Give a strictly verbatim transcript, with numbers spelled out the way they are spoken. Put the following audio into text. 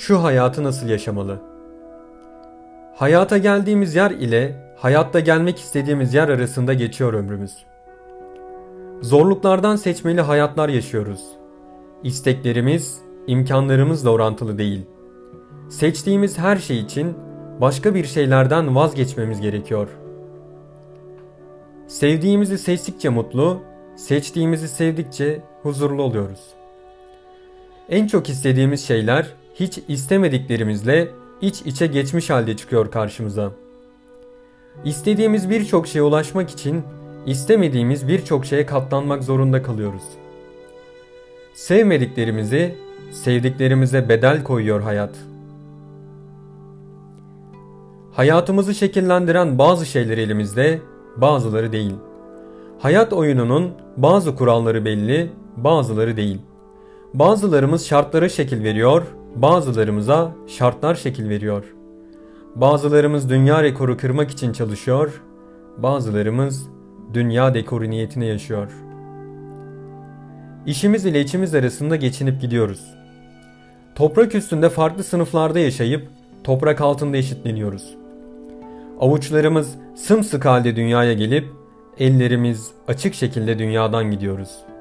şu hayatı nasıl yaşamalı? Hayata geldiğimiz yer ile hayatta gelmek istediğimiz yer arasında geçiyor ömrümüz. Zorluklardan seçmeli hayatlar yaşıyoruz. İsteklerimiz, imkanlarımızla orantılı değil. Seçtiğimiz her şey için başka bir şeylerden vazgeçmemiz gerekiyor. Sevdiğimizi seçtikçe mutlu, seçtiğimizi sevdikçe huzurlu oluyoruz. En çok istediğimiz şeyler hiç istemediklerimizle iç içe geçmiş halde çıkıyor karşımıza. İstediğimiz birçok şeye ulaşmak için istemediğimiz birçok şeye katlanmak zorunda kalıyoruz. Sevmediklerimizi sevdiklerimize bedel koyuyor hayat. Hayatımızı şekillendiren bazı şeyler elimizde, bazıları değil. Hayat oyununun bazı kuralları belli, bazıları değil. Bazılarımız şartlara şekil veriyor, bazılarımıza şartlar şekil veriyor. Bazılarımız dünya rekoru kırmak için çalışıyor, bazılarımız dünya dekoru niyetine yaşıyor. İşimiz ile içimiz arasında geçinip gidiyoruz. Toprak üstünde farklı sınıflarda yaşayıp toprak altında eşitleniyoruz. Avuçlarımız sımsıkı halde dünyaya gelip ellerimiz açık şekilde dünyadan gidiyoruz.